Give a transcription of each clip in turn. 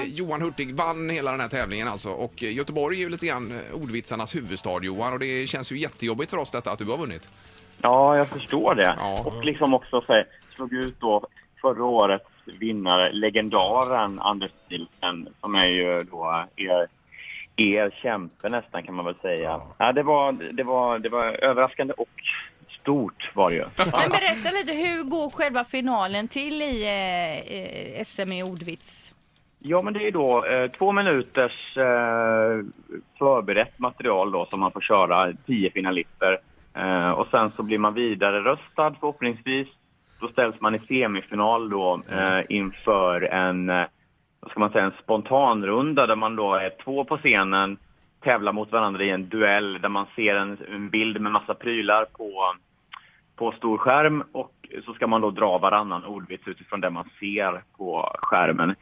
Johan Hurtig vann hela den här tävlingen alltså. Och Göteborg är ju lite grann ordvitsarnas huvudstad, Johan. Och det känns ju jättejobbigt för oss detta att du har vunnit. Ja, jag förstår det. Ja. Och liksom också slog ut då förra årets vinnare, legendaren Anders Nilsen, som är ju då er kämpe nästan, kan man väl säga. Ja, det var överraskande och stort var det ju. Men berätta lite, hur går själva finalen till i SM i ordvits? Ja, men det är då 2 minuters förberett material då som man får köra 10 finalister. Och sen så blir man vidare röstad förhoppningsvis. Då ställs man i semifinal då inför en spontanrunda där man då är 2 på scenen, tävlar mot varandra i en duell där man ser en bild med massa prylar på stor skärm, och så ska man då dra varannan ordvits utifrån det man ser på skärmen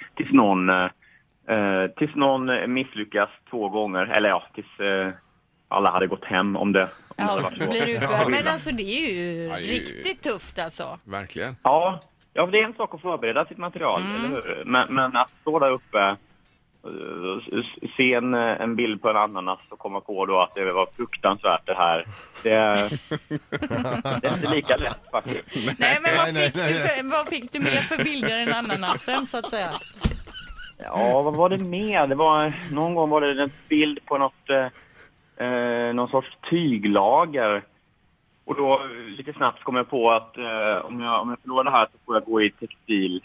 tills någon misslyckas 2 gånger, eller ja, tills alla hade gått hem om det. Blir utbörd. Men alltså det är ju riktigt tufft alltså. Verkligen. Ja, det är en sak att förbereda sitt material, eller hur? Men att stå där uppe, se en bild på en ananas och komma på då att det var fruktansvärt det här. Det är inte lika lätt faktiskt. Nej, men vad fick du mer för bilder än ananasen så att säga? Ja, vad var det mer? Någon gång var det en bild på någon sorts tyglager. Och då lite snabbt kom jag på att om jag förlorar det här så får jag gå i textil.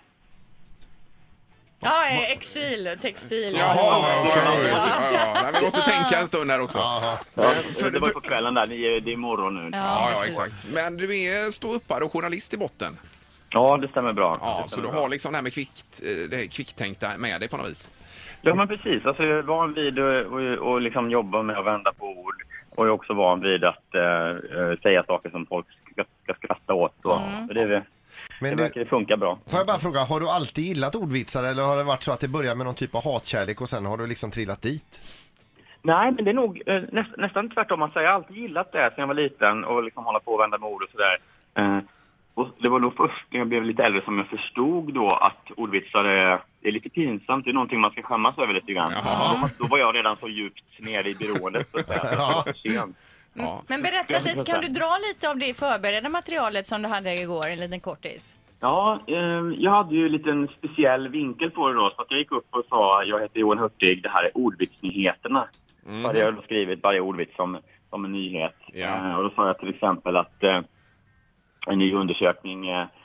Ja, textil. Jaha, okej. Vi måste tänka en stund här också. För det var på kvällen där, det är imorgon nu. Ja, exakt. Men du är ståuppare och journalist i botten. Ja, det stämmer bra. Ja, så du har liksom det här med det kvicktänkta med dig på något vis. Ja, men precis. Alltså, jag är van vid att liksom jobba med att vända på ord. Och jag är också van vid att säga saker som folk ska skratta åt. Så det verkar funkar bra. Får jag bara fråga, har du alltid gillat ordvitsar, eller har det varit så att det börjar med någon typ av hatkärlek och sen har du liksom trillat dit? Nej, men det är nog nästan tvärtom. Jag har alltid gillat det sen jag var liten och liksom hålla på och vända med ord och sådär. Och det var nog först när jag blev lite äldre som jag förstod då att ordvitsar är lite pinsamt. Det är någonting man ska skämmas över lite grann. Då var jag redan så djupt nere i beroendet så att säga. Det var för sent. Men berätta lite, kan du dra lite av det förberedda materialet som du hade igår, en liten kortis? Ja, jag hade ju en liten speciell vinkel på det då. Så att jag gick upp och sa, jag heter Johan Hurtig, det här är ordvitsnyheterna. Så hade jag skrivit varje ordvits som en nyhet. Och då sa jag till exempel att en ny undersökning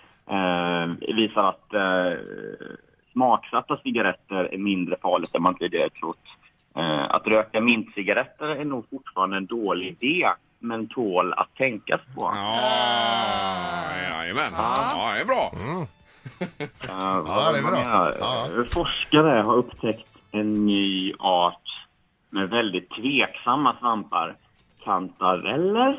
visar att smaksatta cigaretter är mindre farligt än man tidigare trott. Att röka mintcigaretter är nog fortfarande en dålig idé, men tål att tänkas på. Jajamän. Ja, det är bra. Ja, det är bra. Forskare har upptäckt en ny art med väldigt tveksamma svampar. Kantareller?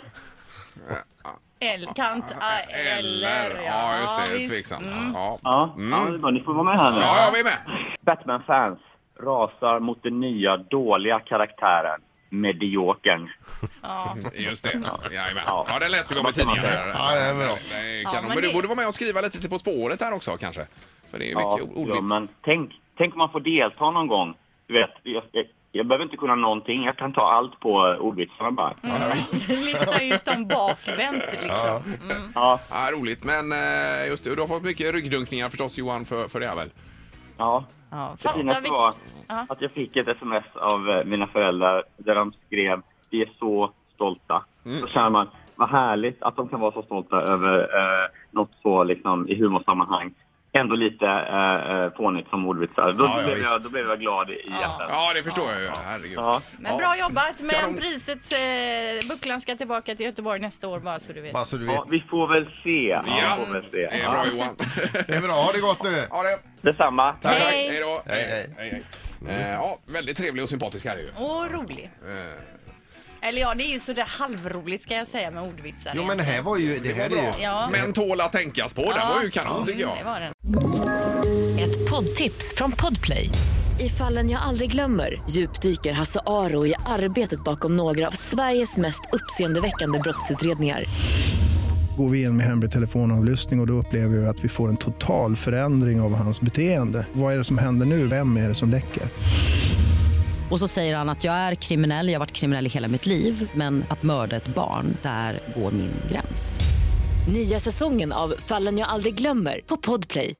Eller. Ja, just det. Tveksamt. Ni får vara med här nu. Ja, vi är med. Batman-fans rasar mot den nya dåliga karaktären mediokern. Just det. Jajamän. Ja, det läste vi om i tidningen här. Ja, det är bra. Men du borde vara med och skriva lite till På spåret här också kanske. För det är mycket ordvits. Men tänk om man får delta någon gång. Du vet, jag behöver inte kunna någonting. Jag kan ta allt på ordvitsarna bara. Lista ut dem bakvänt liksom. Ja, roligt. Men just det, du har fått mycket ryggdunkningar förstås, Johan, för det här väl? Ja. Det finaste var att jag fick ett sms av mina föräldrar där de skrev, vi är så stolta. Så känner man, vad härligt att de kan vara så stolta över något så liksom i humorsammanhang. Ändå lite fånigt som ordvitsar. Då blev jag glad i hjärtat. Ja, det förstår jag ju. Herregud. Men bra jobbat. Men priset, bucklan ska tillbaka till Göteborg nästa år, bara så du vet. Ja, vi får väl se. Det är bra, Johan. Det är bra, ha det gott nu. Ja, det. Detsamma. Tack. Hej då. Hej. Ja, väldigt trevlig och sympatisk här ju. Och rolig. Eller ja, det är ju så där halvroligt ska jag säga med ordvitsar. Jo, men det här var ju... Det här är ju... Ja. Men tål att tänkas på, den var ju kanon tycker jag. Det var den. Ett poddtips från Podplay. I Fallen jag aldrig glömmer djupdyker Hasse Aro i arbetet bakom några av Sveriges mest uppseendeväckande brottsutredningar. Går vi in med hemlig telefonavlyssning och då upplever vi att vi får en total förändring av hans beteende. Vad är det som händer nu? Vem är det som läcker? Och så säger han att jag är kriminell, jag har varit kriminell i hela mitt liv. Men att mörda ett barn, där går min gräns. Nya säsongen av Fallen jag aldrig glömmer på Podplay.